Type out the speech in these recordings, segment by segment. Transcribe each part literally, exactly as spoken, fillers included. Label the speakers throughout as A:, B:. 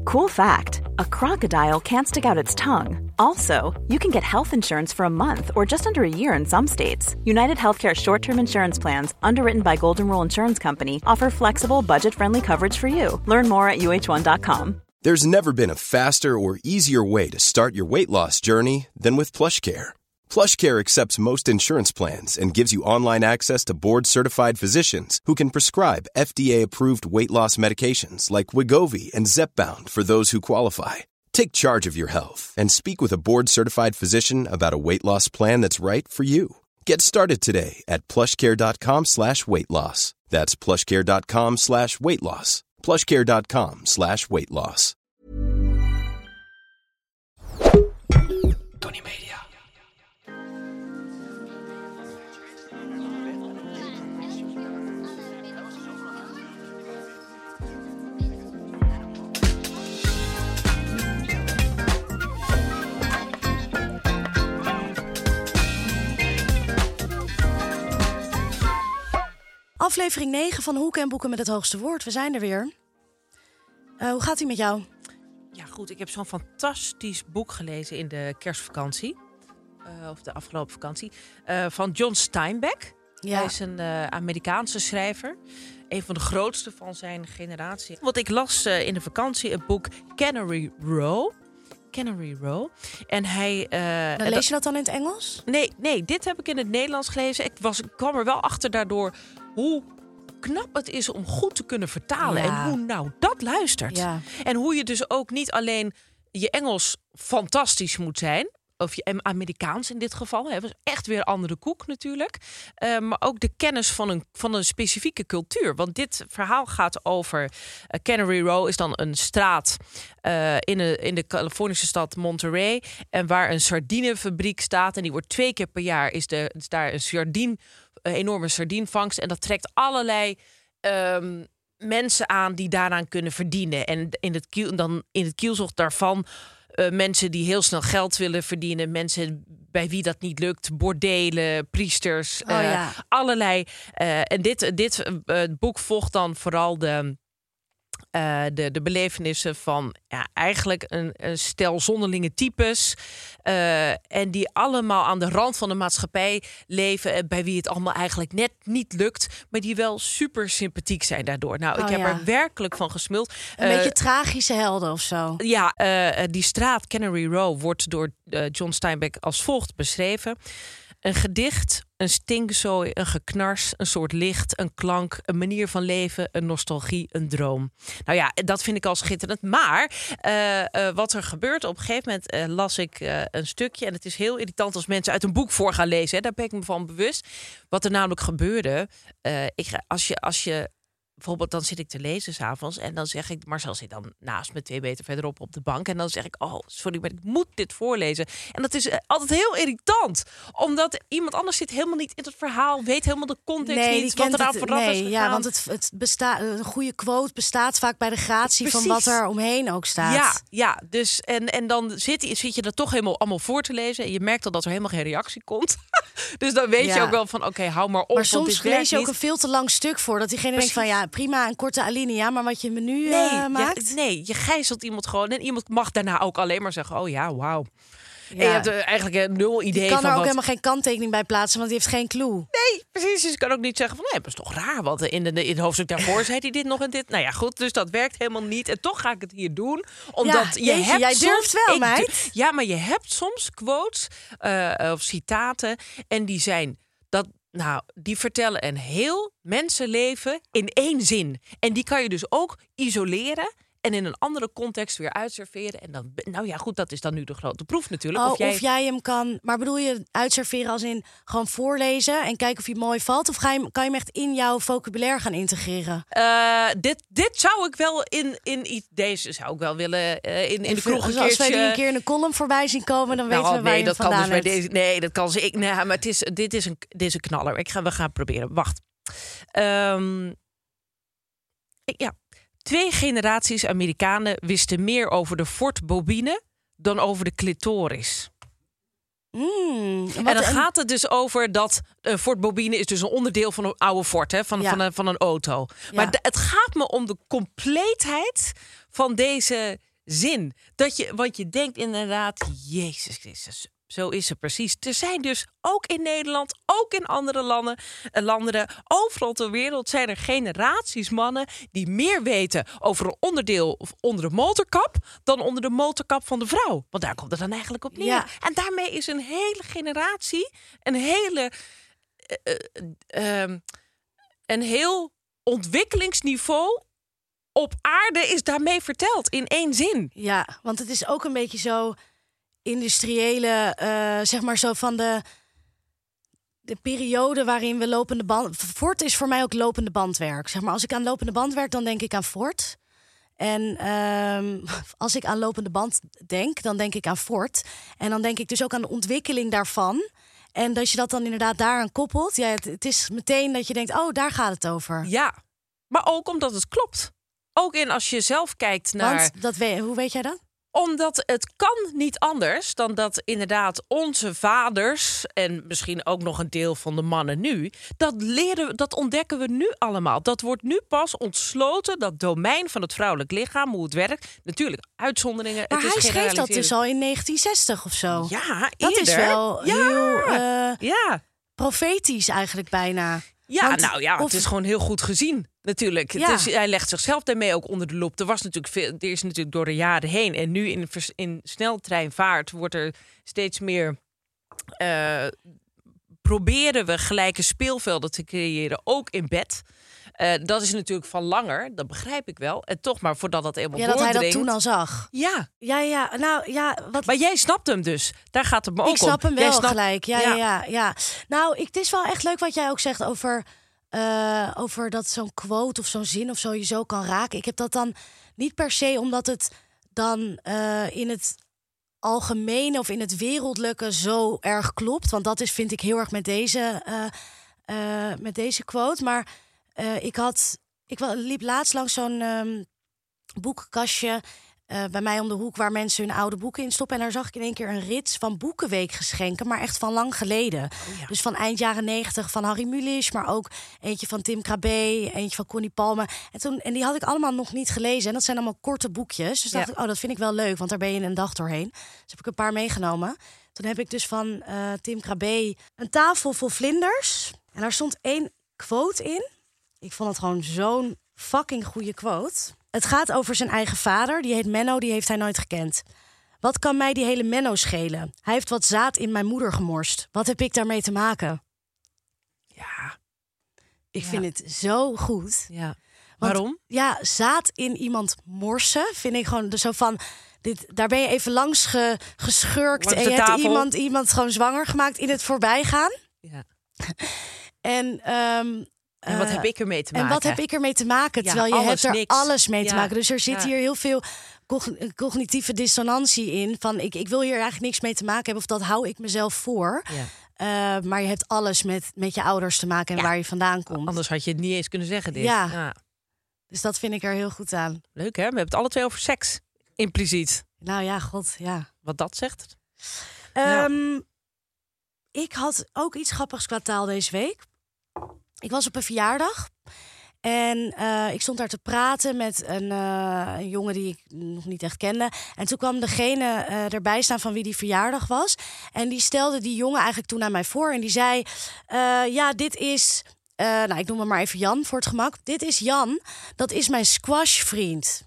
A: Cool fact, a crocodile can't stick out its tongue. Also, you can get health insurance for a month or just under a year in some states. United Healthcare short-term insurance plans, underwritten by Golden Rule Insurance Company, offer flexible, budget-friendly coverage for you. Learn more at U H one dot com.
B: There's never been a faster or easier way to start your weight loss journey than with PlushCare. PlushCare accepts most insurance plans and gives you online access to board-certified physicians who can prescribe F D A-approved weight loss medications like Wegovy and Zepbound for those who qualify. Take charge of your health and speak with a board-certified physician about a weight loss plan that's right for you. Get started today at plushcare.com slash weight loss. That's plushcare.com slash weight loss. plushcare.com slash weight loss.
C: Tony Media.
D: Aflevering negen van Hoeken en Boeken met het hoogste woord. We zijn er weer. Uh, hoe gaat ie met jou?
E: Ja, goed. Ik heb zo'n fantastisch boek gelezen in de kerstvakantie. Uh, of de afgelopen vakantie. Uh, van John Steinbeck. Ja. Hij is een uh, Amerikaanse schrijver. Een van de grootste van zijn generatie. Want ik las uh, in de vakantie het boek Cannery Row. Cannery Row. En hij... Uh,
D: dan lees je dat dan in het Engels?
E: Nee, nee, dit heb ik in het Nederlands gelezen. Ik, was, ik kwam er wel achter daardoor hoe knap het is om goed te kunnen vertalen. Ja. En hoe nou dat luistert. Ja. En hoe je dus ook niet alleen je Engels fantastisch moet zijn. Of je Amerikaans in dit geval. Dat was echt weer een andere koek natuurlijk. Uh, maar ook de kennis van een, van een specifieke cultuur. Want dit verhaal gaat over... Uh, Cannery Row is dan een straat uh, in, de, in de Californische stad Monterey. En waar een sardinefabriek staat. En die wordt twee keer per jaar is, de, is daar een sardine, een enorme sardienvangst. En dat trekt allerlei... Um, mensen aan die daaraan kunnen verdienen. En in het, kiel, dan in het kielzocht daarvan... Uh, mensen die heel snel geld willen verdienen. Mensen bij wie dat niet lukt. Bordelen, priesters.
D: Oh, uh, ja.
E: Allerlei. Uh, en dit, dit uh, boek volgt dan vooral de... Uh, de, de belevenissen van ja, eigenlijk een, een stel zonderlinge types. Uh, en die allemaal aan de rand van de maatschappij leven. Bij wie het allemaal eigenlijk net niet lukt. Maar die wel super sympathiek zijn daardoor. Nou,
D: oh,
E: ik heb
D: ja.
E: er werkelijk van gesmuld.
D: Een
E: uh, beetje
D: tragische helden of zo.
E: Ja, uh, die straat Cannery Row wordt door uh, John Steinbeck als volgt beschreven. Een gedicht, een stinkzooi, een geknars, een soort licht, een klank, een manier van leven, een nostalgie, een droom. Nou ja, dat vind ik al schitterend. Maar uh, uh, wat er gebeurt, op een gegeven moment uh, las ik uh, een stukje. En het is heel irritant als mensen uit een boek voor gaan lezen. Hè. Daar ben ik me van bewust. Wat er namelijk gebeurde, uh, ik, als je... Als je bijvoorbeeld, dan zit ik te lezen 's avonds en dan zeg ik... Marcel zit dan naast me twee meter verderop op de bank. En dan zeg ik, oh, sorry, maar ik moet dit voorlezen. En dat is altijd heel irritant. Omdat iemand anders zit helemaal niet in het verhaal... weet helemaal de context
D: nee,
E: niet, wat er aan vooraf
D: nee,
E: is gegaan.
D: Ja, want het, het bestaat, een goede quote bestaat vaak bij de gratie... Precies. Van wat er omheen ook staat.
E: Ja, ja dus en, en dan zit, zit je dat toch helemaal allemaal voor te lezen... en je merkt al dat er helemaal geen reactie komt. Dus dan weet ja. je ook wel van, oké, okay, hou maar op.
D: Maar soms lees je ook
E: niet.
D: een veel te lang stuk voor... dat diegene denkt van, ja, prima, een korte alinea... maar wat je me nu
E: nee,
D: uh, maakt...
E: Je, nee, je gijzelt iemand gewoon... en iemand mag daarna ook alleen maar zeggen... oh ja, wauw. Ja. En je hebt uh, eigenlijk uh, nul idee
D: die kan
E: van
D: er ook
E: wat...
D: helemaal geen kanttekening bij plaatsen... want die heeft geen clue.
E: Nee, precies. Dus je kan ook niet zeggen van... nee, dat is toch raar, want in, de, in het hoofdstuk daarvoor... zei hij dit nog en dit. Nou ja, goed, dus dat werkt helemaal niet. En toch ga ik het hier doen. Omdat
D: ja,
E: je
D: jeetje,
E: hebt
D: jij
E: soms,
D: durft wel,
E: ik,
D: meid.
E: Ja, maar je hebt soms quotes uh, of citaten... en die zijn... dat Nou, die vertellen een heel mensenleven in één zin. En die kan je dus ook isoleren en in een andere context weer uitserveren. En dan, nou ja, goed, dat is dan nu de grote proef natuurlijk.
D: Oh,
E: of, jij...
D: of jij hem kan, maar bedoel je uitserveren als in gewoon voorlezen en kijken of hij mooi valt? Of ga je, kan je hem echt in jouw vocabulaire gaan integreren?
E: Uh, dit, dit zou ik wel in, in deze zou ik wel willen uh, in, in de kroeg een
D: Als wij die een
E: keertje...
D: keer in een column voorbij zien komen, dan
E: nou,
D: weten we waar
E: nee,
D: je
E: dat
D: hem
E: kan dus
D: vandaan
E: bij
D: hebt.
E: deze. Nee, dat kan ze. Ik. Nee, maar het is, dit is een, dit is een knaller. Ik ga, we gaan proberen. Wacht. Um, ik, ja. Twee generaties Amerikanen wisten meer over de Ford bobine dan over de clitoris.
D: Mm,
E: en dan een... gaat het dus over dat uh, Ford bobine is dus een onderdeel van een oude Ford, hè, van, ja. van, een, van een auto. Ja. Maar d- het gaat me om de compleetheid van deze zin. Dat je, want je denkt inderdaad, Jezus Christus, zo is het precies. Er zijn dus ook in Nederland, ook in andere landen, eh, landen, overal ter wereld zijn er generaties mannen die meer weten over een onderdeel of onder de motorkap dan onder de motorkap van de vrouw. Want daar komt het dan eigenlijk op neer. Ja. En daarmee is een hele generatie, een hele, uh, uh, uh, een heel ontwikkelingsniveau op aarde is daarmee verteld in één zin.
D: Ja, want het is ook een beetje zo industriële, uh, zeg maar zo van de, de periode waarin we lopende band... Ford is voor mij ook lopende bandwerk. Zeg maar, als ik aan lopende band werk, dan denk ik aan Ford. En um, als ik aan lopende band denk, dan denk ik aan Ford. En dan denk ik dus ook aan de ontwikkeling daarvan. En dat je dat dan inderdaad daaraan koppelt. Ja, het, het is meteen dat je denkt, oh, daar gaat het over.
E: Ja, maar ook omdat het klopt. Ook in als je zelf kijkt naar...
D: Want, dat weet, hoe weet jij dat?
E: Omdat het kan niet anders dan dat inderdaad onze vaders... en misschien ook nog een deel van de mannen nu... dat leren, dat ontdekken we nu allemaal. Dat wordt nu pas ontsloten, dat domein van het vrouwelijk lichaam... hoe het werkt. Natuurlijk, uitzonderingen.
D: Maar
E: het
D: hij
E: is
D: schreef dat dus al in negentien zestig of zo.
E: Ja,
D: dat
E: eerder.
D: is wel
E: ja.
D: heel uh,
E: ja.
D: profetisch eigenlijk bijna.
E: Ja,
D: Want,
E: nou ja,
D: of...
E: het is gewoon heel goed gezien. Natuurlijk.
D: Ja.
E: Dus hij legt zichzelf daarmee ook onder de loep. Er was natuurlijk veel, er is natuurlijk door de jaren heen. En nu in, in sneltreinvaart wordt er steeds meer. Uh, proberen we gelijke speelvelden te creëren, ook in bed. Uh, dat is natuurlijk van langer, dat begrijp ik wel. En toch maar voordat dat eenmaal
D: ja,
E: doordringt.
D: dat hij dat toen al zag.
E: Ja.
D: Ja, ja, nou ja. Wat...
E: Maar jij snapt hem dus. Daar gaat het me ook om.
D: Ik snap hem wel
E: snapt...
D: gelijk. Ja,
E: ja.
D: Ja, ja, ja. Nou, ik, het is wel echt leuk wat jij ook zegt over... Uh, over dat zo'n quote of zo'n zin of zo je zo kan raken. Ik heb dat dan niet per se omdat het dan uh, in het algemene of in het wereldlijke zo erg klopt. Want dat is, vind ik, heel erg met deze, uh, uh, met deze quote. Maar uh, ik had, ik liep laatst langs zo'n um, boekenkastje uh, bij mij om de hoek waar mensen hun oude boeken in stoppen. En daar zag ik in één keer een rits van boekenweekgeschenken, maar echt van lang geleden. Oh ja. Dus van eind jaren negentig van Harry Mulisch, maar ook eentje van Tim Krabbe, eentje van Connie Palme. En, toen, en die had ik allemaal nog niet gelezen. En dat zijn allemaal korte boekjes. Dus dacht ja. ik, oh, dat vind ik wel leuk, want daar ben je een dag doorheen. Dus heb ik een paar meegenomen. Toen heb ik dus van uh, Tim Krabbe een tafel vol vlinders. En daar stond één quote in. Ik vond het gewoon zo'n fucking goede quote. Het gaat over zijn eigen vader. Die heet Menno, die heeft hij nooit gekend. Wat kan mij die hele Menno schelen? Hij heeft wat zaad in mijn moeder gemorst. Wat heb ik daarmee te maken?
E: Ja.
D: Ik
E: ja.
D: vind het zo goed.
E: Ja.
D: Want,
E: waarom?
D: Ja, zaad in iemand morsen vind ik gewoon zo van... Dit, daar ben je even langs ge, geschurkt en je hebt iemand, iemand gewoon zwanger gemaakt in het voorbijgaan.
E: Ja.
D: en... Um,
E: En wat heb ik ermee te maken?
D: En wat heb ik ermee te maken? Terwijl
E: ja,
D: je hebt er
E: niks.
D: alles mee te
E: ja.
D: maken. Dus er zit
E: ja.
D: hier heel veel cognitieve dissonantie in. Van ik, ik wil hier eigenlijk niks mee te maken hebben. Of dat hou ik mezelf voor. Ja. Uh, maar je hebt alles met, met je ouders te maken en ja. waar je vandaan komt.
E: Anders had je het niet eens kunnen zeggen dit.
D: Ja.
E: ja.
D: Dus dat vind ik er heel goed aan.
E: Leuk hè? We hebben het alle twee over seks. Impliciet.
D: Nou ja, god, ja.
E: Wat dat zegt.
D: Um, ja. Ik had ook iets grappigs qua taal deze week. Ik was op een verjaardag en uh, ik stond daar te praten met een, uh, een jongen die ik nog niet echt kende. En toen kwam degene uh, erbij staan van wie die verjaardag was. En die stelde die jongen eigenlijk toen aan mij voor. En die zei, uh, ja, dit is... Uh, nou, ik noem hem maar even Jan voor het gemak. Dit is Jan, dat is mijn squashvriend.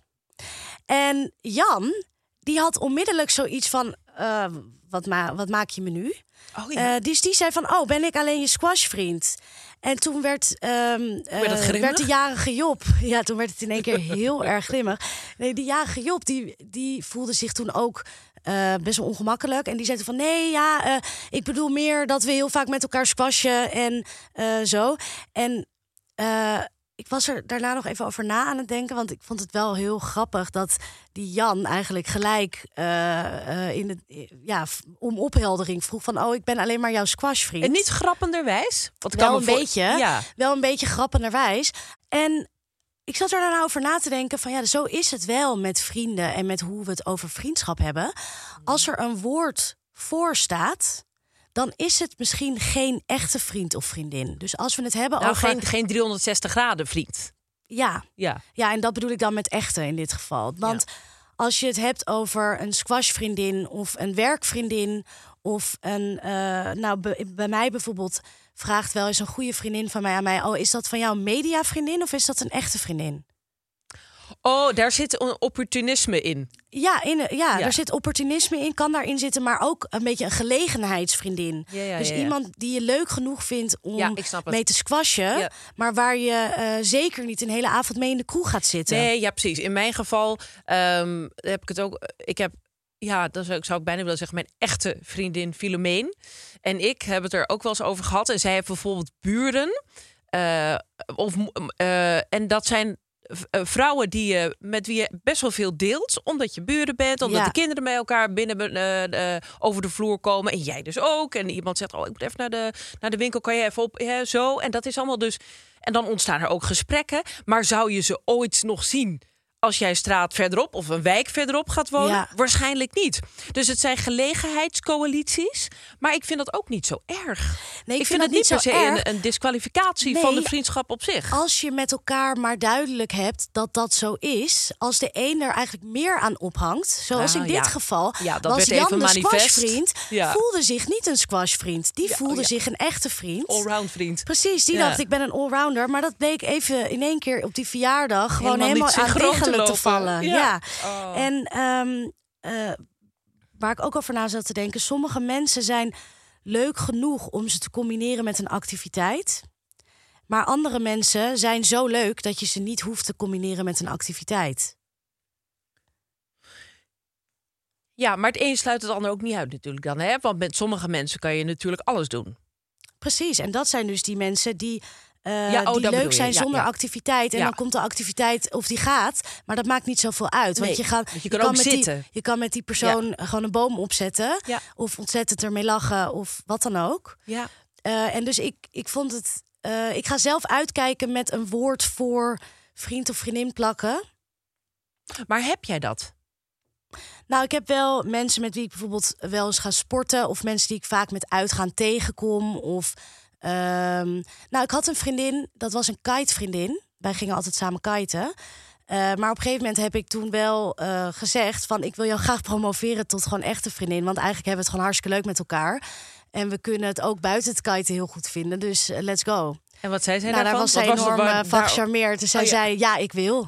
D: En Jan, die had onmiddellijk zoiets van... Uh, wat, ma- wat maak je me nu?
E: Oh, ja.
D: uh, dus die zei van, oh, ben ik alleen je squashvriend? En toen werd, um, uh, werd de jarige Job... Ja, toen werd het in één keer heel erg grimmig. Nee, die jarige Job, die, die voelde zich toen ook uh, best wel ongemakkelijk. En die zei van, nee, ja, uh, ik bedoel meer dat we heel vaak met elkaar squashen en uh, zo. En... Uh, Ik was er daarna nog even over na aan het denken. Want ik vond het wel heel grappig dat die Jan eigenlijk gelijk uh, uh, in het, ja, om opheldering vroeg van... oh, ik ben alleen maar jouw squashvriend.
E: En niet grappenderwijs?
D: Wat wel een voor... beetje, ja. Wel een beetje grappenderwijs. En ik zat er daarna over na te denken van... ja, zo is het wel met vrienden en met hoe we het over vriendschap hebben. Als er een woord voor staat... dan is het misschien geen echte vriend of vriendin. Dus als we het hebben
E: nou,
D: over...
E: Geen, geen driehonderdzestig graden vriend.
D: Ja.
E: ja,
D: ja, en dat bedoel ik dan met echte in dit geval. Want ja. als je het hebt over een squashvriendin of een werkvriendin of een, uh, nou b- bij mij bijvoorbeeld vraagt wel eens een goede vriendin van mij aan mij, oh, is dat van jou een mediavriendin of is dat een echte vriendin?
E: Oh, daar zit een opportunisme in.
D: Ja, in, ja,
E: ja,
D: er zit opportunisme in, kan daarin zitten, maar ook een beetje een gelegenheidsvriendin.
E: Ja, ja,
D: dus
E: ja, ja.
D: iemand die je leuk genoeg vindt om
E: Ja, ik snap het.
D: mee te squashen,
E: Ja.
D: maar waar je uh, zeker niet een hele avond mee in de kroeg gaat zitten.
E: Nee, ja, precies. In mijn geval um, heb ik het ook. Ik heb, ja, dat zou ik, zou ik bijna willen zeggen, mijn echte vriendin Filomeen. En ik hebben het er ook wel eens over gehad. En zij heeft bijvoorbeeld buren. Uh, of, uh, en dat zijn vrouwen die je, met wie je best wel veel deelt, omdat je buren bent, omdat
D: ja.
E: de kinderen bij elkaar binnen uh, uh, over de vloer komen en jij dus ook. En iemand zegt, oh, ik moet even naar de, naar de winkel, kan je even op, ja, zo. En dat is allemaal dus. En dan ontstaan er ook gesprekken. Maar zou je ze ooit nog zien als jij een straat verderop of een wijk verderop gaat wonen?
D: Ja.
E: Waarschijnlijk niet. Dus het zijn gelegenheidscoalities. Maar ik vind dat ook niet zo erg.
D: Nee, ik,
E: ik vind,
D: vind
E: het niet per se
D: erg.
E: een, een disqualificatie
D: nee,
E: van de vriendschap op zich.
D: Als je met elkaar maar duidelijk hebt dat dat zo is, als de een er eigenlijk meer aan ophangt, zoals
E: nou,
D: in dit
E: ja.
D: geval,
E: ja, dat
D: was
E: werd
D: Jan
E: even
D: de
E: manifest.
D: squashvriend,
E: Ja.
D: voelde zich niet een squashvriend. Die
E: ja,
D: voelde
E: oh, ja.
D: zich een echte vriend.
E: Allround vriend.
D: Precies, die
E: ja.
D: dacht ik ben een allrounder. Maar dat bleek even in één keer op die verjaardag gewoon
E: helemaal,
D: helemaal aan diggelen te vallen.
E: Ja.
D: ja.
E: Oh.
D: En um, uh, waar ik ook over na zat te denken, sommige mensen zijn leuk genoeg om ze te combineren met een activiteit. Maar andere mensen zijn zo leuk dat je ze niet hoeft te combineren met een activiteit.
E: Ja, maar het een sluit het ander ook niet uit natuurlijk dan. Hè? Want met sommige mensen kan je natuurlijk alles doen.
D: Precies, en dat zijn dus die mensen die, uh,
E: ja, oh,
D: die leuk zijn
E: ja,
D: zonder
E: ja.
D: activiteit. En
E: ja.
D: dan komt de activiteit of die gaat. Maar dat maakt niet zoveel uit. Want
E: nee,
D: je, gaat,
E: je,
D: je
E: kan,
D: kan
E: ook
D: met
E: zitten.
D: Die, je kan met die persoon
E: ja.
D: gewoon een boom opzetten.
E: Ja.
D: Of ontzettend ermee lachen of wat dan ook.
E: Ja.
D: Uh, en dus ik, ik vond het... Uh, ik ga zelf uitkijken met een woord voor vriend of vriendin plakken.
E: Maar heb jij dat?
D: Nou, ik heb wel mensen met wie ik bijvoorbeeld wel eens ga sporten. Of mensen die ik vaak met uitgaan tegenkom. Of, um, nou, ik had een vriendin, dat was een kitevriendin. Wij gingen altijd samen kiten. Uh, maar op een gegeven moment heb ik toen wel uh, gezegd van, ik wil jou graag promoveren tot gewoon echte vriendin. Want eigenlijk hebben we het gewoon hartstikke leuk met elkaar. En we kunnen het ook buiten het kiten heel goed vinden. Dus uh, let's go.
E: En wat zei zij
D: nou,
E: daarvan?
D: Daar was zij enorm uh, van gecharmeerd. Dus zij
E: oh, ja.
D: zei, ja, ik wil.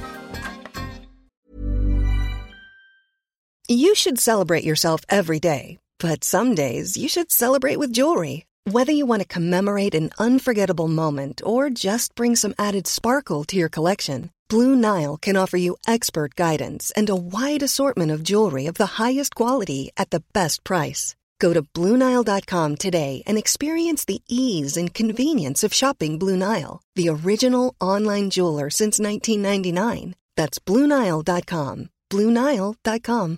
C: You should celebrate yourself every day. But some days you should celebrate with jewelry. Whether you want to commemorate an unforgettable moment or just bring some added sparkle to your collection, Blue Nile can offer you expert guidance and a wide assortment of jewelry of the highest quality at the best price. Go to Blue Nile dot com today and experience the ease and convenience of shopping Blue Nile, the original online jeweler since nineteen ninety-nine. That's Blue Nile dot com. Blue Nile dot com.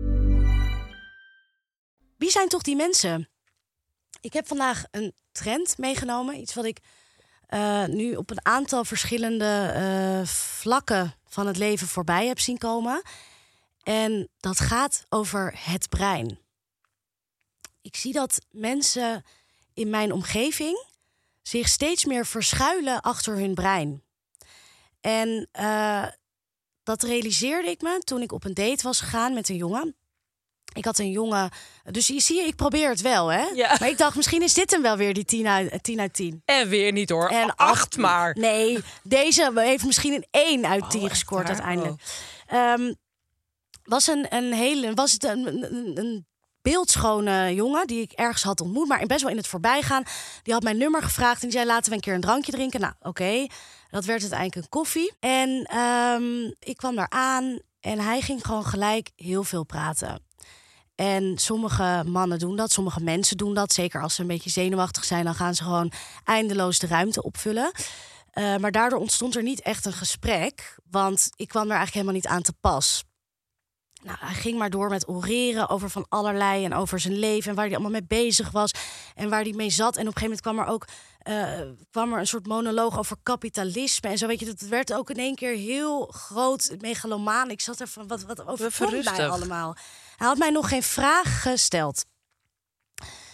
D: Wie zijn toch die mensen? Ik heb vandaag een trend meegenomen. Iets wat ik uh, nu op een aantal verschillende uh, vlakken van het leven voorbij heb zien komen. En dat gaat over het brein. Ik zie dat mensen in mijn omgeving zich steeds meer verschuilen achter hun brein. En uh, dat realiseerde ik me toen ik op een date was gegaan met een jongen. Ik had een jongen, dus je zie je, ik probeer het wel, hè?
E: Ja.
D: Maar ik dacht, misschien is dit hem wel weer, die tien uit tien.
E: En weer niet, hoor.
D: En
E: acht, acht maar.
D: Nee, deze heeft misschien een één uit tien oh, gescoord uiteindelijk. Oh. Um, was, een, een hele, was het een, een, een beeldschone jongen die ik ergens had ontmoet, maar best wel in het voorbijgaan. Die had mijn nummer gevraagd en die zei, laten we een keer een drankje drinken. Nou, oké. Okay. Dat werd uiteindelijk een koffie. En um, ik kwam daar aan en hij ging gewoon gelijk heel veel praten. En sommige mannen doen dat, sommige mensen doen dat. Zeker als ze een beetje zenuwachtig zijn, dan gaan ze gewoon eindeloos de ruimte opvullen. Uh, maar daardoor ontstond er niet echt een gesprek, want ik kwam er eigenlijk helemaal niet aan te pas. Nou, hij ging maar door met oreren over van allerlei en over zijn leven en waar hij allemaal mee bezig was en waar hij mee zat. En op een gegeven moment kwam er ook uh, kwam er een soort monoloog over kapitalisme en zo. Weet je, dat werd ook in één keer heel groot, megalomaan. Ik zat er van, wat, wat overkomt mij allemaal? Hij had mij nog geen vraag gesteld.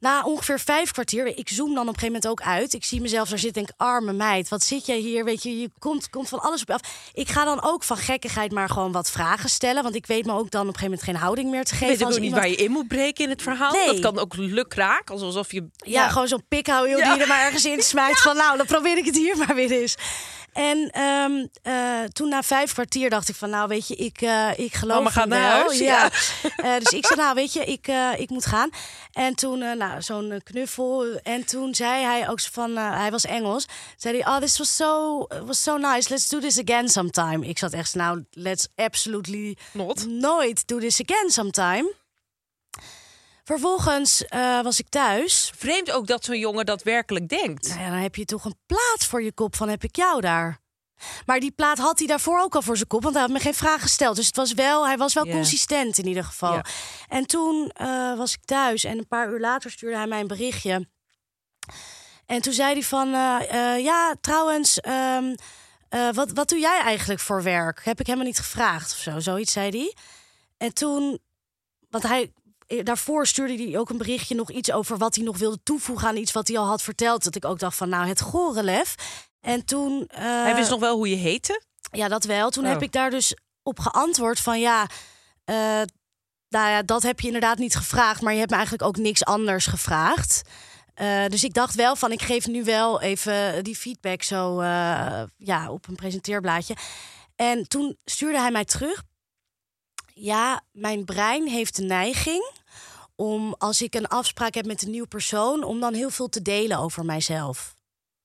D: Na ongeveer vijf kwartier, ik zoom dan op een gegeven moment ook uit. Ik zie mezelf daar zitten en denk, arme meid, wat zit jij hier? Weet je, je komt, komt van alles op je af. Ik ga dan ook van gekkigheid maar gewoon wat vragen stellen. Want ik weet me ook dan op een gegeven moment geen houding meer te geven.
E: Je weet ook niet
D: iemand...
E: waar je in moet breken in het verhaal.
D: Nee.
E: Dat kan ook lukraak, alsof je...
D: Ja, ja. gewoon zo'n pikhouweel ja. die je er maar ergens in smijt. Ja. Van nou, dan probeer ik het hier maar weer eens. En um, uh, toen na vijf kwartier dacht ik van, nou weet je, ik, uh, ik geloof
E: Mama gaat naar huis.
D: Ja. Ja. Uh, dus ik zei, nou weet je, ik, uh, ik moet gaan. En toen, uh, nou, zo'n knuffel. En toen zei hij ook van, uh, hij was Engels. Zei hij, oh, this was so, was so nice. Let's do this again sometime. Ik zat echt, nou, let's absolutely
E: Not.
D: nooit do this again sometime. Vervolgens uh, was ik thuis.
E: Vreemd ook dat zo'n jongen dat werkelijk denkt.
D: Nou ja, dan heb je toch een plaat voor je kop van heb ik jou daar. Maar die plaat had hij daarvoor ook al voor zijn kop, want hij had me geen vraag gesteld. Dus het was wel, hij was wel yeah. consistent in ieder geval. Yeah. En toen uh, was ik thuis en een paar uur later stuurde hij mij een berichtje. En toen zei hij van, uh, uh, ja, trouwens, um, uh, wat, wat doe jij eigenlijk voor werk? Heb ik helemaal niet gevraagd of zo, zoiets zei hij. En toen, want hij... Daarvoor stuurde hij ook een berichtje nog iets over wat hij nog wilde toevoegen aan iets wat hij al had verteld. Dat ik ook dacht van, nou, het gorelef. En toen... Uh,
E: hij wist nog wel hoe je heette?
D: Ja, dat wel. Toen
E: oh.
D: heb ik daar dus op geantwoord van, ja, uh, nou ja, dat heb je inderdaad niet gevraagd, maar je hebt me eigenlijk ook niks anders gevraagd. Uh, dus ik dacht wel van, ik geef nu wel even die feedback zo uh, ja, op een presenteerblaadje. En toen stuurde hij mij terug. Ja, mijn brein heeft de neiging om, als ik een afspraak heb met een nieuw persoon, om dan heel veel te delen over mijzelf.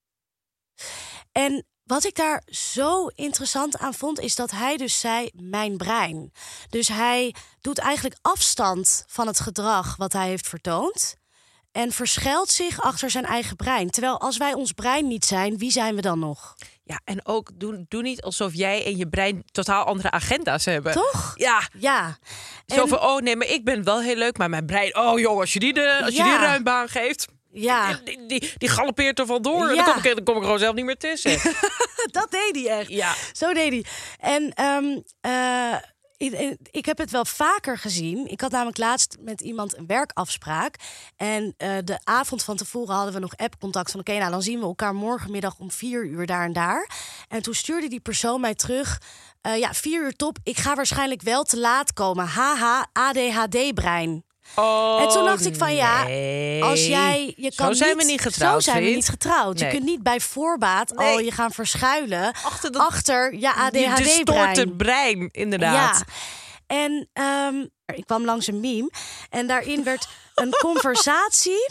D: En wat ik daar zo interessant aan vond, is dat hij dus zei, mijn brein. Dus hij doet eigenlijk afstand van het gedrag wat hij heeft vertoond en verschuilt zich achter zijn eigen brein. Terwijl als wij ons brein niet zijn, wie zijn we dan nog?
E: Ja, en ook doe, doe niet alsof jij en je brein totaal andere agenda's hebben.
D: Toch?
E: Ja.
D: Ja.
E: Zo
D: en...
E: van, oh nee, maar ik ben wel heel leuk, maar mijn brein... Oh joh, als je die, de, als je
D: ja.
E: die ruim baan geeft...
D: Ja.
E: Die, die, die galoppeert er vandoor.
D: Ja.
E: Dan, kom ik, dan kom ik gewoon zelf niet meer tussen.
D: Dat deed hij echt.
E: Ja.
D: Zo deed hij. En um, uh, ik, ik heb het wel vaker gezien. Ik had namelijk laatst met iemand een werkafspraak. En uh, de avond van tevoren hadden we nog app-contact van... oké, okay, nou dan zien we elkaar morgenmiddag om vier uur daar en daar. En toen stuurde die persoon mij terug... Uh, ja, vier uur top. Ik ga waarschijnlijk wel te laat komen. Haha, A D H D-brein.
E: Oh,
D: en toen dacht ik van ja,
E: nee.
D: als jij je kan
E: zo zijn
D: niet,
E: we niet getrouwd.
D: Zo zijn
E: vriend.
D: we niet getrouwd.
E: Nee.
D: Je kunt niet bij voorbaat nee. al je gaan verschuilen achter, dat, achter je A D H D-brein.
E: Je distorte brein, inderdaad.
D: Ja. En um, ik kwam langs een meme en daarin werd een conversatie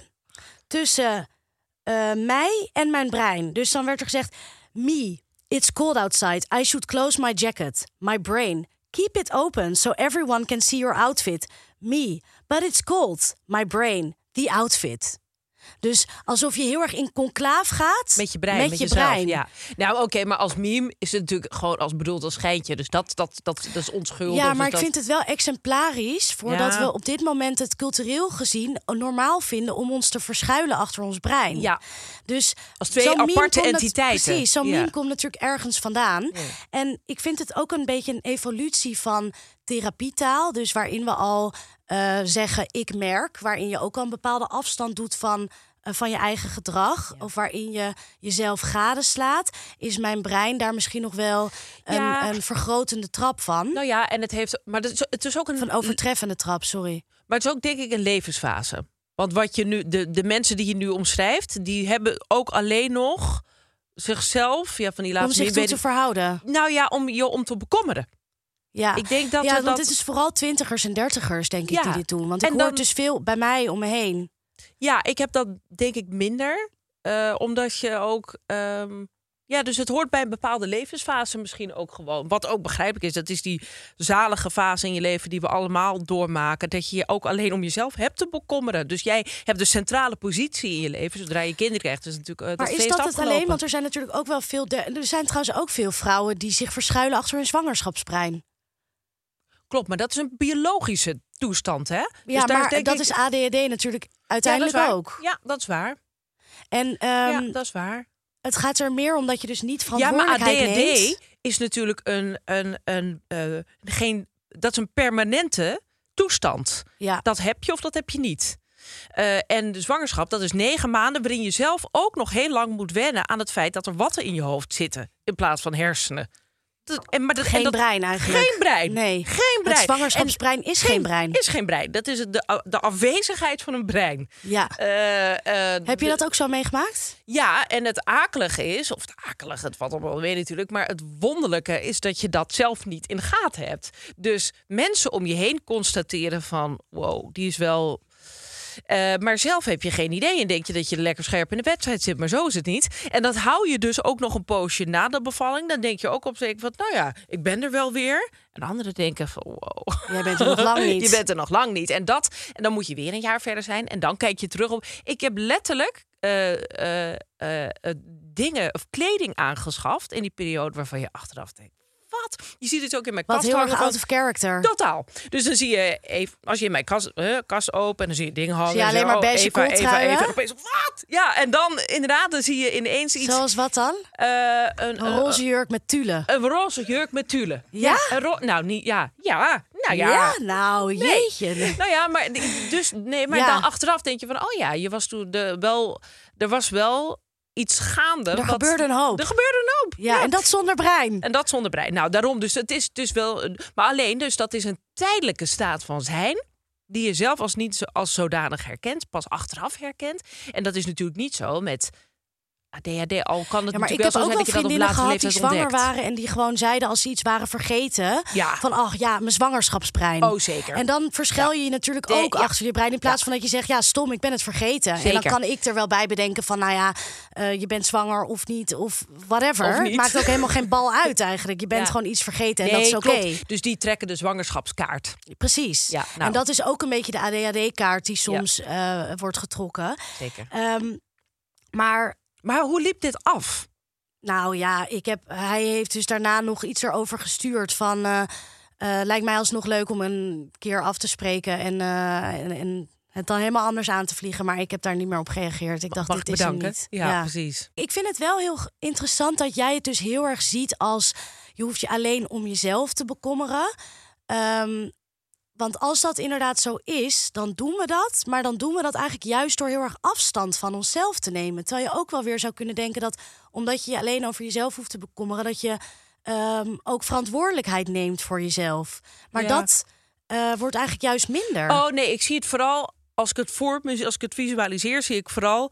D: tussen uh, mij en mijn brein. Dus dan werd er gezegd, me, it's cold outside. I should close my jacket. My brain, keep it open so everyone can see your outfit. Me, but it's cold. My brain, the outfit. Dus alsof je heel erg in conclaaf gaat
E: met je brein,
D: met,
E: met
D: je
E: jezelf,
D: brein.
E: Ja. Nou, oké, okay, maar als meme is het natuurlijk gewoon als bedoeld als schijntje. Dus dat, dat, dat, dat is onschuldig.
D: Ja, maar
E: dus
D: ik
E: dat...
D: vind het wel exemplarisch voordat ja. we op dit moment het cultureel gezien normaal vinden om ons te verschuilen achter ons brein.
E: Ja.
D: Dus
E: als twee aparte entiteiten.
D: Het, precies, zo'n
E: ja.
D: meme komt natuurlijk ergens vandaan.
E: Ja.
D: En ik vind het ook een beetje een evolutie van therapietaal, dus waarin we al uh, zeggen ik merk, waarin je ook al een bepaalde afstand doet van van je eigen gedrag, ja. of waarin je jezelf gadeslaat, is mijn brein daar misschien nog wel een, ja. een vergrotende trap van.
E: Nou ja, en het heeft, maar het is, het is ook een
D: van overtreffende trap, sorry.
E: Maar het is ook denk ik een levensfase. Want wat je nu, de, de mensen die je nu omschrijft, die hebben ook alleen nog zichzelf, ja, van die laatste
D: om zich toe te verhouden.
E: Nou ja, om je om te bekommeren.
D: Ja,
E: ik denk dat
D: ja, want
E: dat...
D: het is vooral twintigers en dertigers, denk ik, ja. die dit doen. Want ik
E: en
D: hoor
E: dan...
D: dus veel bij mij om me heen.
E: Ja, ik heb dat denk ik minder. Uh, omdat je ook... Um, ja, dus het hoort bij een bepaalde levensfase misschien ook gewoon. Wat ook begrijpelijk is, dat is die zalige fase in je leven die we allemaal doormaken. Dat je je ook alleen om jezelf hebt te bekommeren. Dus jij hebt de centrale positie in je leven zodra je kinderen krijgt. Dus natuurlijk, uh,
D: maar
E: dat
D: is dat
E: afgelopen.
D: het alleen? Want er zijn natuurlijk ook wel veel... De, er zijn trouwens ook veel vrouwen die zich verschuilen achter hun zwangerschapsbrein.
E: Klopt, maar dat is een biologische toestand, hè?
D: Ja,
E: dus daar
D: maar
E: denk
D: dat
E: ik...
D: is A D H D natuurlijk uiteindelijk
E: ja,
D: ook.
E: Ja, dat is waar.
D: En um,
E: ja, dat is waar.
D: Het gaat er meer om dat je dus niet
E: Ja, maar
D: verantwoordelijkheid
E: A D H D
D: neemt.
E: is natuurlijk een, een, een, uh, geen, dat is een permanente toestand.
D: Ja.
E: Dat heb je of dat heb je niet. Uh, en de zwangerschap, dat is negen maanden... waarin je zelf ook nog heel lang moet wennen... aan het feit dat er watten in je hoofd zitten... in plaats van hersenen. Dat, en, maar dat,
D: geen
E: en dat,
D: brein eigenlijk.
E: Geen brein.
D: Nee.
E: Geen brein.
D: Het zwangerschapsbrein is geen, geen brein.
E: Is geen brein. Dat is de, de afwezigheid van een brein.
D: Ja.
E: Uh, uh,
D: Heb je
E: de,
D: dat ook zo meegemaakt?
E: Ja, en het akelige is... of het akelige, het valt op wel mee natuurlijk... maar het wonderlijke is dat je dat zelf niet in de gaten hebt. Dus mensen om je heen constateren van... wow, die is wel... Uh, maar zelf heb je geen idee en denk je dat je lekker scherp in de wedstrijd zit. Maar zo is het niet. En dat hou je dus ook nog een poosje na de bevalling. Dan denk je ook op zeker van, nou ja, ik ben er wel weer. En anderen denken van, wow.
D: Jij bent er nog lang niet.
E: Je bent er nog lang niet. En, dat, en dan moet je weer een jaar verder zijn. En dan kijk je terug op... Ik heb letterlijk uh, uh, uh, uh, dingen of kleding aangeschaft in die periode waarvan je achteraf denkt... Wat? Je ziet het ook in mijn
D: Wat
E: kast.
D: Wat heel erg
E: van,
D: out of character.
E: Totaal. Dus dan zie je even, als je in mijn kast, uh, kast open en dan zie je dingen hangen.
D: Zie je alleen maar
E: oh,
D: beige
E: Eva, Eva, Eva, Eva, opeens, wat? Ja, en dan inderdaad, dan zie je ineens iets.
D: Zoals wat dan?
E: Uh, een,
D: een roze jurk met tulle.
E: Een roze jurk met tulle.
D: Ja?
E: ja een ro- nou, niet, ja. Ja, nou ja.
D: Ja, nou, jeetje.
E: Nee. Nou ja, maar, dus, nee, maar ja. dan achteraf denk je van, oh ja, je was toen de, wel, er was wel... iets gaande.
D: Er
E: wat,
D: gebeurde een hoop.
E: Er gebeurde een hoop.
D: Ja, ja, en dat zonder brein.
E: En dat zonder brein. Nou, daarom. Dus het is dus wel... Maar alleen, dus dat is een tijdelijke staat van zijn... die je zelf als niet als zodanig herkent. Pas achteraf herkent. En dat is natuurlijk niet zo met... A D H D, al kan het
D: ja, maar
E: natuurlijk
D: ik heb
E: wel
D: ook
E: zo
D: wel
E: zijn dat je dat op
D: vriendinnen
E: latere
D: gehad die
E: leeftijd
D: zwanger
E: ontdekt.
D: waren en die gewoon zeiden als ze iets waren vergeten
E: Ja.
D: van ach ja, mijn zwangerschapsbrein.
E: Oh, zeker.
D: En dan verschuil je je natuurlijk ook
E: ja.
D: achter je brein in plaats
E: ja.
D: van dat je zegt ja stom, ik ben het vergeten.
E: Zeker.
D: En dan kan ik er wel bij bedenken van nou ja, uh, je bent zwanger of niet of whatever.
E: Of niet.
D: Het maakt ook helemaal geen bal uit eigenlijk. Je bent
E: ja.
D: gewoon iets vergeten en
E: nee,
D: dat is oké. Okay.
E: Dus die trekken de zwangerschapskaart.
D: Precies.
E: Ja, nou.
D: En dat is ook een beetje de A D H D-kaart die soms ja. uh, wordt getrokken.
E: Zeker.
D: Um, maar
E: Maar hoe liep dit af?
D: Nou ja, ik heb, hij heeft dus daarna nog iets erover gestuurd van... Uh, uh, lijkt mij alsnog leuk om een keer af te spreken en, uh, en, en het dan helemaal anders aan te vliegen. Maar ik heb daar niet meer op gereageerd. Ik dacht,
E: Mag
D: dit
E: ik
D: is hem
E: bedanken?
D: niet.
E: Ja, ja, precies.
D: Ik vind het wel heel interessant dat jij het dus heel erg ziet als... je hoeft je alleen om jezelf te bekommeren. Um, Want als dat inderdaad zo is, dan doen we dat. Maar dan doen we dat eigenlijk juist door heel erg afstand van onszelf te nemen. Terwijl je ook wel weer zou kunnen denken dat... omdat je je alleen over jezelf hoeft te bekommeren... dat je um, ook verantwoordelijkheid neemt voor jezelf. Maar ja. dat uh, wordt eigenlijk juist minder.
E: Oh nee, ik zie het vooral... als ik het voor me, als ik het visualiseer, zie ik vooral...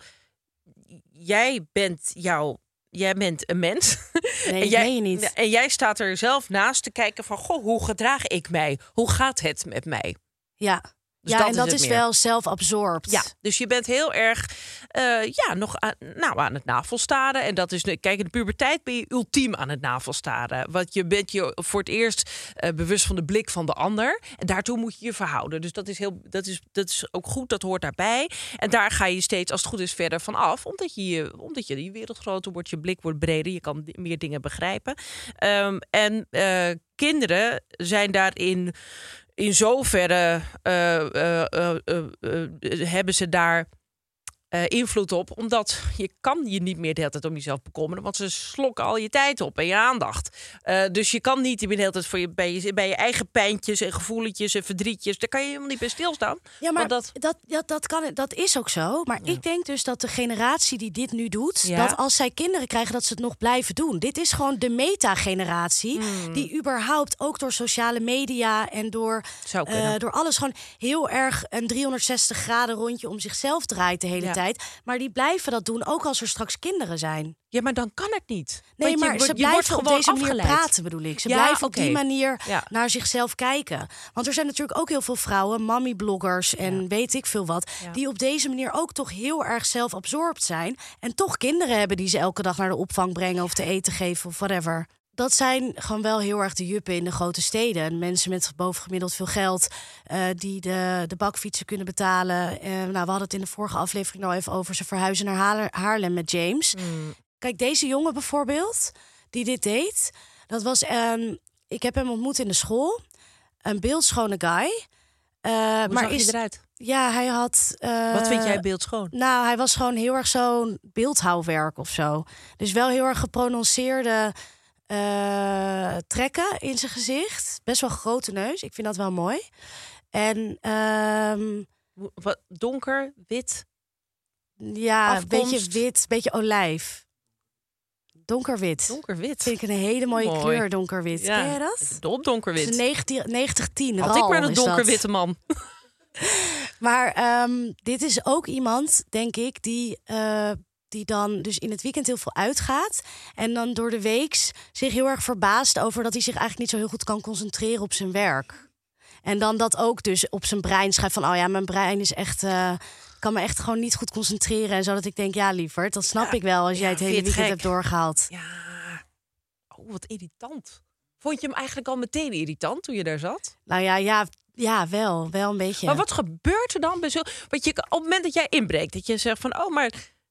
E: jij bent jouw... Jij bent een mens.
D: Nee,
E: en, jij,
D: meen je niet.
E: en jij staat er zelf naast te kijken van... goh, hoe gedraag ik mij? Hoe gaat het met mij?
D: Ja,
E: dus
D: ja
E: dat
D: en
E: is
D: dat is
E: meer.
D: wel zelf-absorbed.
E: Ja, dus je bent heel erg uh, ja, nog aan, nou, aan het navelstaren. En dat is, kijk, in de puberteit ben je ultiem aan het navelstaren. Want je bent je voor het eerst uh, bewust van de blik van de ander. En daartoe moet je je verhouden. Dus dat is, heel, dat, is, dat is ook goed, dat hoort daarbij. En daar ga je steeds, als het goed is, verder van af. Omdat je je, omdat je, je wereld groter wordt, je blik wordt breder. Je kan meer dingen begrijpen. Um, en uh, kinderen zijn daarin... In zoverre uh, uh, uh, uh, uh, hebben ze daar uh, invloed op. Omdat je kan je niet meer de hele tijd om jezelf bekommeren. Want ze slokken al je tijd op en je aandacht. Uh, dus je kan niet de hele tijd voor je, bij, je, bij je eigen pijntjes en gevoeletjes en verdrietjes. Daar kan je helemaal niet bij stilstaan.
D: Ja, maar
E: dat...
D: Dat, dat, dat, kan, dat is ook zo. Maar ja. ik denk dus dat de generatie die dit nu doet...
E: Ja.
D: dat als zij kinderen krijgen, dat ze het nog blijven doen. Dit is gewoon de meta-generatie... Mm. die überhaupt ook door sociale media en door, uh, door alles... gewoon heel erg een driehonderdzestig graden rondje om zichzelf draait de hele ja. tijd. Maar die blijven dat doen, ook als er straks kinderen zijn.
E: Ja, maar dan kan het niet.
D: Nee,
E: Want
D: maar
E: je,
D: ze
E: je
D: blijven
E: wordt
D: op deze
E: afgeleid.
D: manier praten, bedoel ik. Ze
E: ja,
D: blijven
E: okay.
D: op die manier
E: ja.
D: naar zichzelf kijken. Want er zijn natuurlijk ook heel veel vrouwen, mommy-bloggers en ja. weet ik veel wat... Ja. die op deze manier ook toch heel erg zelfabsorbed zijn... en toch kinderen hebben die ze elke dag naar de opvang brengen... of te eten geven of whatever. Dat zijn gewoon wel heel erg de juppen in de grote steden. Mensen met bovengemiddeld veel geld... Uh, die de, de bakfietsen kunnen betalen. Uh, nou, we hadden het in de vorige aflevering al even over... ze verhuizen naar Haarlem, Haarlem met James... Mm. Kijk, deze jongen bijvoorbeeld, die dit deed... dat was, um, ik heb hem ontmoet in de school. Een beeldschone guy. Uh,
E: Hoe
D: maar
E: zag
D: is,
E: je eruit?
D: Ja, hij had... Uh,
E: Wat vind jij beeldschoon?
D: Nou, hij was gewoon heel erg zo'n beeldhouwwerk of zo. Dus wel heel erg geprononceerde uh, trekken in zijn gezicht. Best wel grote neus. Ik vind dat wel mooi. En... Um,
E: Wat, donker, wit?
D: Ja, een
E: Afkomst.
D: beetje wit, beetje olijf. Donkerwit.
E: Donkerwit.
D: Vind ik een hele mooie
E: Mooi.
D: kleur, donkerwit.
E: Ja.
D: Ken je dat?
E: Dol donkerwit.
D: Het is negentien negentig tien.
E: Had ik maar een donkerwitte man.
D: Maar um, dit is ook iemand, denk ik, die, uh, die dan dus in het weekend heel veel uitgaat. En dan door de weeks zich heel erg verbaast over dat hij zich eigenlijk niet zo heel goed kan concentreren op zijn werk. En dan dat ook dus op zijn brein schrijft van, oh ja, mijn brein is echt, uh, kan me echt gewoon niet goed concentreren. En zodat ik denk, ja lieverd, dat snap ja, ik wel als ja, jij het hele weekend gek. hebt doorgehaald.
E: Ja, oh wat irritant. Vond je hem eigenlijk al meteen irritant toen je daar zat?
D: Nou ja, ja, ja wel, wel een beetje.
E: Maar wat gebeurt er dan bij zo? Want je, op het moment dat jij inbreekt, dat je zegt van, oh, maar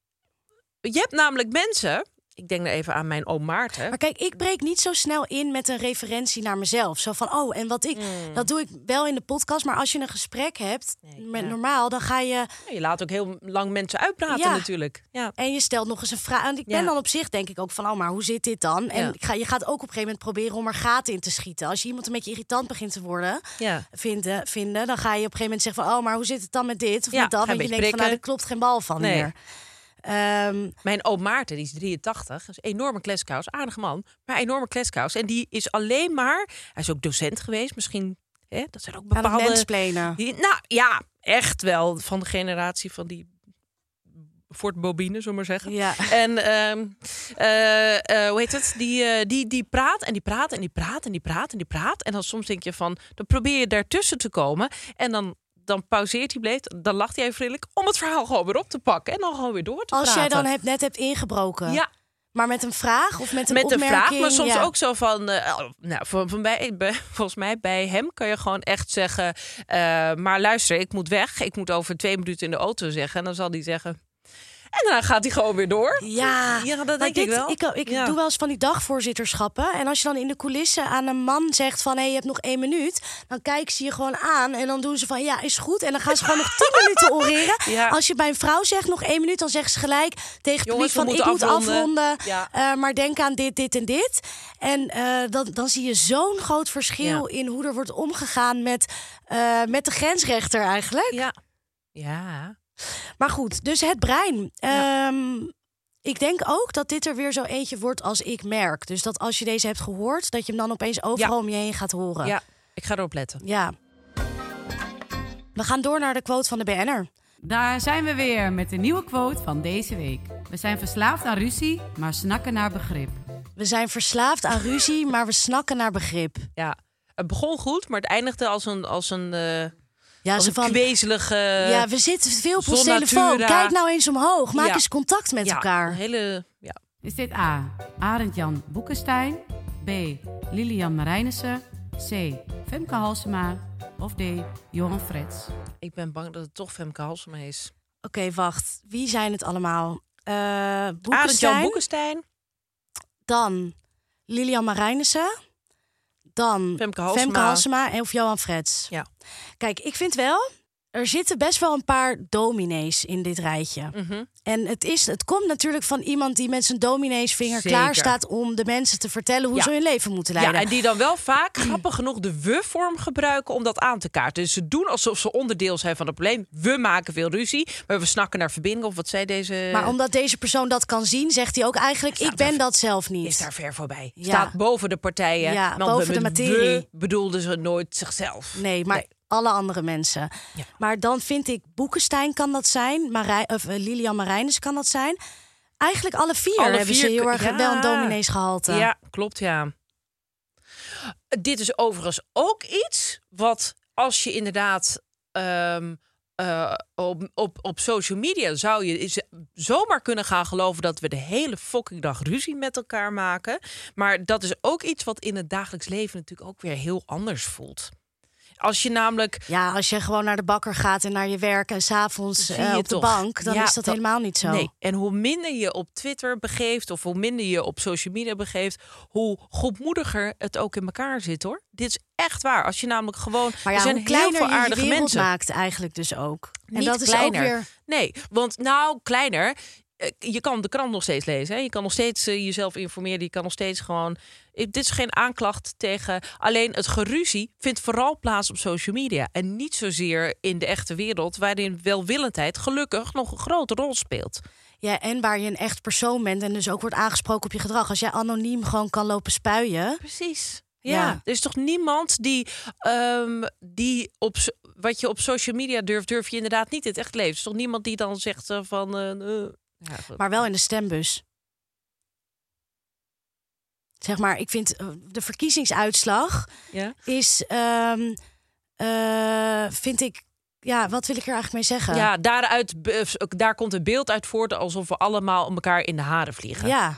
E: je hebt namelijk mensen. Ik denk nou even aan mijn oom Maarten.
D: Maar kijk, ik breek niet zo snel in met een referentie naar mezelf. Zo van, oh, en wat ik... Mm. Dat doe ik wel in de podcast. Maar als je een gesprek hebt, nee, met ja. normaal, dan ga je... Ja,
E: je laat ook heel lang mensen uitpraten ja. natuurlijk. Ja.
D: En je stelt nog eens een vraag. En ik ben ja. dan op zich denk ik ook van, oh, maar hoe zit dit dan? En ja. ik ga, je gaat ook op een gegeven moment proberen om er gaten in te schieten. Als je iemand een beetje irritant begint te worden,
E: ja.
D: vinden, vinden, dan ga je op een gegeven moment zeggen van, oh, maar hoe zit het dan met dit? Of
E: ja,
D: met dat? En je denkt van, nou, er klopt geen bal van
E: nee.
D: meer. Um,
E: Mijn oom Maarten, die is drieëntachtig, is een enorme kleskous, aardige man, maar een enorme kleskous. En die is alleen maar, hij is ook docent geweest, misschien, hè, dat zijn ook bepaalde...
D: Aan het mensplenen.
E: Die, nou ja, echt wel, van de generatie van die Fort Bobine, zullen we maar zeggen.
D: Ja.
E: En um, uh, uh, hoe heet het? Die, uh, die, die praat en die praat en die praat en die praat en die praat. En dan soms denk je van, dan probeer je daartussen te komen en dan... Dan pauzeert hij bleef, dan lacht hij vriendelijk om het verhaal gewoon weer op te pakken en dan gewoon weer door te
D: Als
E: praten.
D: Als jij dan hebt, net hebt ingebroken.
E: Ja.
D: Maar met een vraag of met een
E: met
D: opmerking?
E: Met een vraag, maar soms
D: ja.
E: ook zo van... Uh, nou, van, van bij, bij, volgens mij bij hem kan je gewoon echt zeggen... Uh, maar luister, ik moet weg. Ik moet over twee minuten in de auto zeggen. En dan zal hij zeggen... En dan gaat hij gewoon weer door.
D: Ja,
E: ja dat denk
D: dit,
E: ik wel.
D: Ik, ik
E: ja.
D: doe wel eens van die dagvoorzitterschappen. En als je dan in de coulissen aan een man zegt van... hé, hey, je hebt nog één minuut. Dan kijken ze je gewoon aan. En dan doen ze van, ja, is goed. En dan gaan ze gewoon nog tien minuten oreren.
E: Ja.
D: Als je bij een vrouw zegt nog één minuut... dan zeggen ze gelijk tegen het publiek van... ik
E: afronden.
D: moet afronden.
E: Ja.
D: Uh, maar denk aan dit, dit en dit. En uh, dan, dan zie je zo'n groot verschil... Ja. in hoe er wordt omgegaan met, uh, met de grensrechter eigenlijk.
E: Ja, ja.
D: Maar goed, dus het brein.
E: Ja.
D: Um, ik denk ook dat dit er weer zo eentje wordt als ik merk. Dus dat als je deze hebt gehoord, dat je hem dan opeens overal ja. om je heen gaat horen.
E: Ja, ik ga erop letten.
D: Ja. We gaan door naar de quote van de B N'er.
F: Daar zijn we weer met de nieuwe quote van deze week. We zijn verslaafd aan ruzie, maar snakken naar begrip.
D: We zijn verslaafd aan ruzie, maar we snakken naar begrip.
E: Ja, het begon goed, maar het eindigde als een... Als een uh...
D: Ja,
E: als
D: ze
E: een
D: van,
E: kwezelige...
D: Ja, we zitten veel op ons telefoon. Kijk nou eens omhoog. Maak ja. eens contact met
E: ja,
D: elkaar.
E: Een hele, ja.
F: Is dit A. Arend-Jan Boekenstein? B. Lilian Marijnissen? C. Femke Halsema? Of D. Johan Frets?
E: Ik ben bang dat het toch Femke Halsema is.
D: Oké, okay, wacht. Wie zijn het allemaal? Uh,
E: Arend-Jan Boekenstein.
D: Dan Lilian Marijnissen. Dan
E: Femke Halsema.
D: Femke Halsema en of Johan Frets.
E: Ja.
D: Kijk, ik vind wel... Er zitten best wel een paar dominees in dit rijtje.
E: Mm-hmm.
D: En het, is, het komt natuurlijk van iemand die met zijn domineesvinger
E: Zeker.
D: klaar staat... om de mensen te vertellen hoe
E: ja.
D: ze hun leven moeten leiden.
E: Ja, en die dan wel vaak, grappig genoeg, de we-vorm gebruiken om dat aan te kaarten. Dus ze doen alsof ze onderdeel zijn van het probleem. We maken veel ruzie, maar we snakken naar verbinding. Of wat zei deze...
D: Maar omdat deze persoon dat kan zien, zegt hij ook eigenlijk... ik ben dat zelf niet.
E: Is daar ver voorbij.
D: Ja.
E: Staat boven de partijen.
D: Ja,
E: want
D: boven de materie.
E: We bedoelden ze nooit zichzelf.
D: Nee, maar... Nee. Alle andere mensen.
E: Ja.
D: Maar dan vind ik Boekenstein kan dat zijn. Marij, of uh, Lilian Marijnissen kan dat zijn. Eigenlijk alle vier alle hebben vier, ze heel erg ja. wel een domineesgehalte.
E: Ja, klopt, ja. Dit is overigens ook iets wat als je inderdaad... Um, uh, op, op, op social media zou je is, zomaar kunnen gaan geloven... dat we de hele fucking dag ruzie met elkaar maken. Maar dat is ook iets wat in het dagelijks leven natuurlijk ook weer heel anders voelt. Als je namelijk...
D: Ja, als je gewoon naar de bakker gaat en naar je werk... en 's avonds uh, op
E: toch.
D: de bank, dan
E: ja,
D: is dat, dat helemaal niet zo.
E: Nee. En hoe minder je op Twitter begeeft... of hoe minder je op social media begeeft... hoe goedmoediger het ook in elkaar zit, hoor. Dit is echt waar. Als je namelijk gewoon...
D: Maar ja,
E: er zijn
D: hoe kleiner
E: heel veel aardige
D: je je wereld
E: mensen.
D: maakt eigenlijk dus ook. En
E: Niet
D: dat is
E: kleiner.
D: ook weer...
E: Nee, want nou, kleiner... je kan de krant nog steeds lezen. Hè? Je kan nog steeds uh, jezelf informeren. Je kan nog steeds gewoon... Dit is geen aanklacht tegen... Alleen het geruzie vindt vooral plaats op social media. En niet zozeer in de echte wereld... waarin welwillendheid gelukkig nog een grote rol speelt.
D: Ja, en waar je een echt persoon bent... en dus ook wordt aangesproken op je gedrag. Als jij anoniem gewoon kan lopen spuien...
E: Precies. Ja,
D: ja.
E: Er is toch niemand die, um, die op wat je op social media durft, durf je inderdaad niet in het echt leven. Er is toch niemand die dan zegt uh, van... Uh, uh, ja,
D: maar wel in de stembus. Zeg maar, ik vind uh, de verkiezingsuitslag
E: ja?
D: is, um, uh, vind ik... Ja, wat wil ik er eigenlijk mee zeggen?
E: Ja, daaruit, daar komt een beeld uit voort alsof we allemaal om elkaar in de haren vliegen.
D: Ja.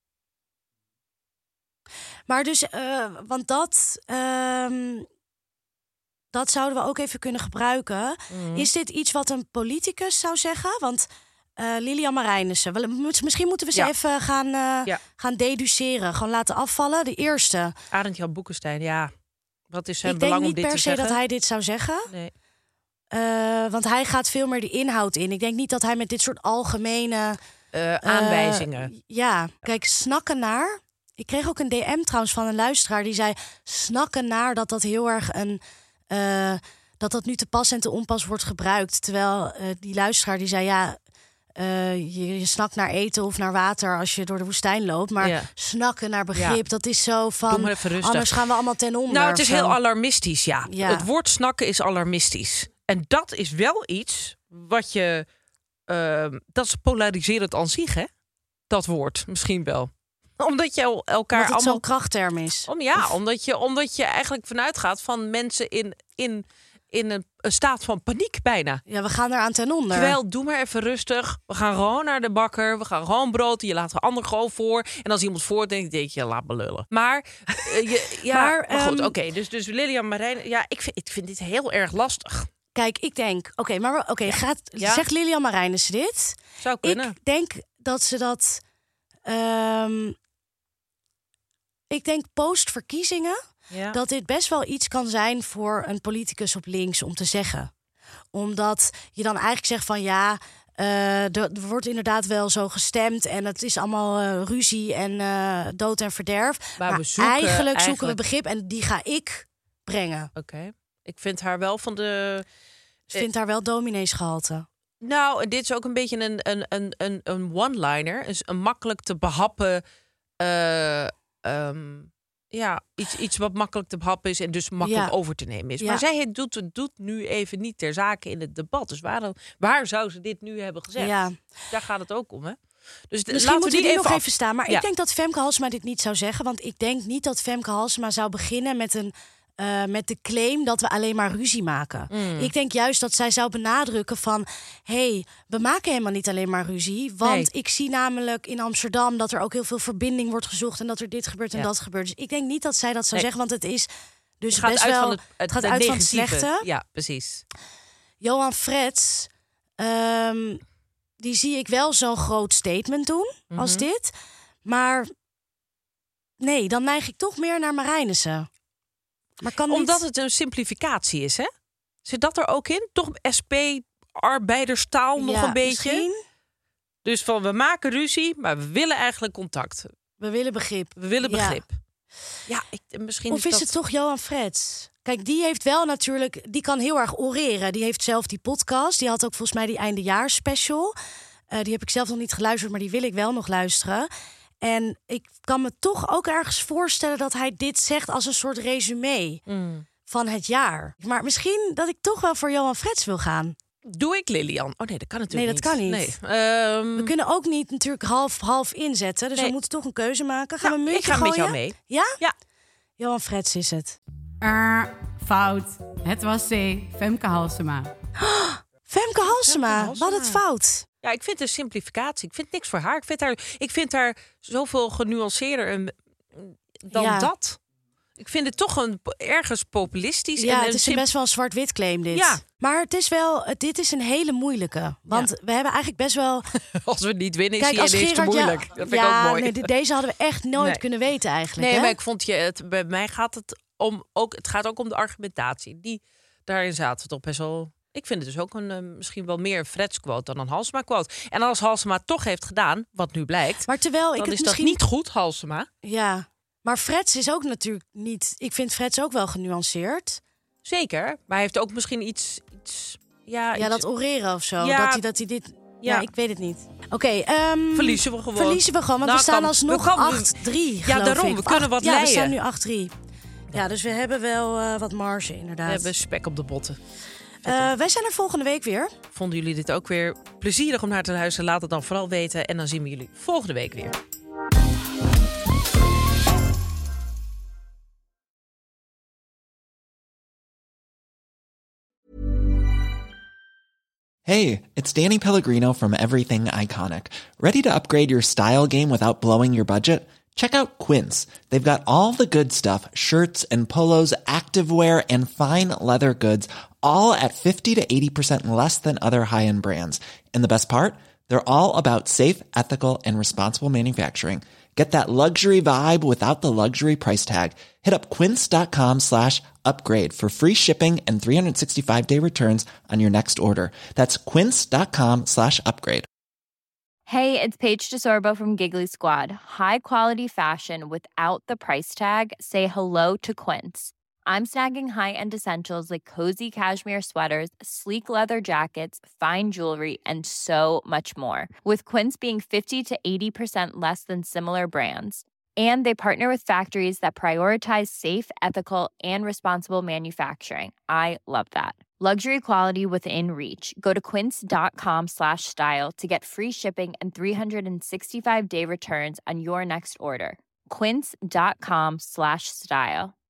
D: Maar dus, uh, want dat, um, dat zouden we ook even kunnen gebruiken. Mm. Is dit iets wat een politicus zou zeggen? Want uh, Lilian Marijnissen, misschien moeten we ze ja. even gaan, uh, ja. gaan deduceren. Gewoon laten afvallen. De eerste.
E: Arend-Jan Boekenstein, ja. Wat is zijn belang om dit te zeggen?
D: Ik denk niet per se dat hij dit zou zeggen.
E: Nee.
D: Uh, want hij gaat veel meer de inhoud in. Ik denk niet dat hij met dit soort algemene...
E: Uh, aanwijzingen.
D: Uh, ja, kijk, snakken naar... Ik kreeg ook een D M trouwens van een luisteraar die zei... snakken naar dat dat heel erg een... Uh, dat dat nu te pas en te onpas wordt gebruikt. Terwijl uh, die luisteraar die zei... ja, uh, je, je snakt naar eten of naar water als je door de woestijn loopt. Maar ja. snakken naar begrip, ja. dat is zo van... anders gaan we allemaal ten onder.
E: Nou, het is heel alarmistisch, ja. ja. Het woord snakken is alarmistisch. En dat is wel iets wat je... Uh, dat is polariserend aan zich, hè? Dat woord, misschien wel. Omdat je elkaar
D: omdat het
E: allemaal...
D: zo'n krachtterm is.
E: Om, ja,
D: of...
E: omdat je, omdat je eigenlijk vanuit gaat van mensen in, in, in een, een staat van paniek bijna.
D: Ja, we gaan eraan ten onder.
E: Terwijl, doe maar even rustig. We gaan gewoon naar de bakker. We gaan gewoon brood. Je laat er ander gewoon voor. En als iemand voordenkt, denk je, laat me lullen. Maar, uh, je, ja, maar, maar goed, um... oké. Okay, dus, dus Lilian Marijnissen... Ja, ik vind, ik vind dit heel erg lastig.
D: Kijk, ik denk... Oké, okay, maar oké, okay, ja. gaat ja. zegt Lilian Marijnissen dit?
E: Zou kunnen.
D: Ik denk dat ze dat... Um, ik denk postverkiezingen ja. dat dit best wel iets kan zijn voor een politicus op links om te zeggen. Omdat je dan eigenlijk zegt van ja, uh, er wordt inderdaad wel zo gestemd en het is allemaal uh, ruzie en uh, dood en verderf. Maar, maar we zoeken eigenlijk, eigenlijk zoeken we begrip en die ga ik brengen.
E: Oké, okay. Ik vind haar wel van de...
D: Ik vind haar wel domineesgehalte.
E: Nou, dit is ook een beetje een, een, een, een, een one-liner. Een, een makkelijk te behappen... Uh, um, ja, iets, iets wat makkelijk te behappen is en dus makkelijk ja. over te nemen is. Ja. Maar zij doet het doet nu even niet ter zake in het debat. Dus waarom, waar zou ze dit nu hebben gezegd? Ja. Daar gaat het ook om, hè? Dus
D: misschien laten moeten we die nog af... even staan. Maar ja. ik denk dat Femke Halsema dit niet zou zeggen. Want ik denk niet dat Femke Halsema zou beginnen met een... Uh, met de claim dat we alleen maar ruzie maken. Mm. Ik denk juist dat zij zou benadrukken van... hé, hey, we maken helemaal niet alleen maar ruzie. Want nee. ik zie namelijk in Amsterdam... dat er ook heel veel verbinding wordt gezocht... en dat er dit gebeurt en ja. dat gebeurt. Dus ik denk niet dat zij dat zou nee. zeggen, want het is... dus het gaat best uit wel, van het, het, het gaat het uit van het slechte.
E: Ja, precies.
D: Johan Frets... Um, die zie ik wel zo'n groot statement doen mm-hmm. als dit. Maar nee, dan neig ik toch meer naar Marijnissen. Maar kan
E: Omdat
D: niet...
E: het een simplificatie is, hè? Zit dat er ook in? Toch S P-arbeiderstaal nog ja, een beetje? Misschien. Dus van, we maken ruzie, maar we willen eigenlijk contact.
D: We willen begrip.
E: We willen begrip. Ja, ja ik, misschien
D: of
E: is,
D: is
E: dat...
D: het toch Johan Frets? Kijk, die heeft wel natuurlijk... Die kan heel erg oreren. Die heeft zelf die podcast. Die had ook volgens mij die eindejaarsspecial. Uh, die heb ik zelf nog niet geluisterd, maar die wil ik wel nog luisteren. En ik kan me toch ook ergens voorstellen dat hij dit zegt als een soort resume mm. van het jaar. Maar misschien dat ik toch wel voor Johan Frets wil gaan.
E: Doe ik Lilian? Oh nee, dat kan natuurlijk
D: niet. Nee, dat
E: niet.
D: kan niet.
E: Nee. Um...
D: We kunnen ook niet natuurlijk half-half inzetten. Dus nee. we moeten toch een keuze maken. Gaan nou, we een muntje
E: gooien? Ik ga
D: gooien?
E: met jou mee.
D: Ja?
E: Ja.
D: Johan Frets is het.
F: Uh, fout. Het was C. Femke Halsema.
D: Oh, Femke Halsema. Femke Halsema. Wat het fout.
E: Ja, ik vind het een simplificatie. Ik vind niks voor haar. Ik vind haar, ik vind haar zoveel genuanceerder dan ja. dat. Ik vind het toch een ergens populistisch.
D: Ja,
E: en
D: het is
E: sim-
D: best wel een zwart-wit claim dit.
E: Ja.
D: Maar het is wel, dit is een hele moeilijke. Want ja. we hebben eigenlijk best wel...
E: Als we het niet winnen, is Kijk, die ineens te moeilijk. Ja, dat vind
D: ja,
E: ik ook mooi.
D: Nee, deze hadden we echt nooit nee. kunnen weten eigenlijk.
E: Nee,
D: hè?
E: maar ik vond je, het, bij mij gaat het om ook, het gaat ook om de argumentatie. Die, daarin zaten we toch best wel... Ik vind het dus ook een uh, misschien wel meer een Frets-quote dan een Halsema-quote. En als Halsema het toch heeft gedaan, wat nu blijkt...
D: Maar terwijl ik
E: dan
D: het
E: is
D: misschien...
E: dat niet goed, Halsema.
D: Ja, maar Frets is ook natuurlijk niet... Ik vind Frets ook wel genuanceerd.
E: Zeker, maar hij heeft ook misschien iets... iets ja,
D: ja,
E: iets...
D: dat oreren of zo.
E: Ja.
D: Dat hij dat hij dit... Ja. ja, ik weet het niet. Oké, okay, um,
E: verliezen we gewoon.
D: Verliezen we gewoon, want nou, we staan kan, alsnog acht drie.
E: Ja, daarom,
D: ik.
E: we kunnen
D: acht,
E: wat
D: ja,
E: leiden.
D: Ja, we staan nu acht drie. Ja, dus we hebben wel uh, wat marge, inderdaad.
E: We hebben spek op de botten.
D: Uh, wij zijn er volgende week weer.
E: Vonden jullie dit ook weer plezierig om naar te luisteren? Laat het dan vooral weten. En dan zien we jullie volgende week weer.
G: Hey, it's Danny Pellegrino from Everything Iconic. Ready to upgrade your style game without blowing your budget? Check out Quince. They've got all the good stuff, shirts and polos, activewear, and fine leather goods, all at fifty to eighty percent less than other high-end brands. And the best part? They're all about safe, ethical, and responsible manufacturing. Get that luxury vibe without the luxury price tag. Hit up quince.com slash upgrade for free shipping and three sixty-five day returns on your next order. That's quince.com slash upgrade.
H: Hey, it's Paige DeSorbo from Giggly Squad. High quality fashion without the price tag. Say hello to Quince. I'm snagging high-end essentials like cozy cashmere sweaters, sleek leather jackets, fine jewelry, and so much more. With Quince being fifty to eighty percent less than similar brands. And they partner with factories that prioritize safe, ethical, and responsible manufacturing. I love that. Luxury quality within reach. Go to quince.com slash style to get free shipping and three sixty-five day returns on your next order. Quince.com slash style.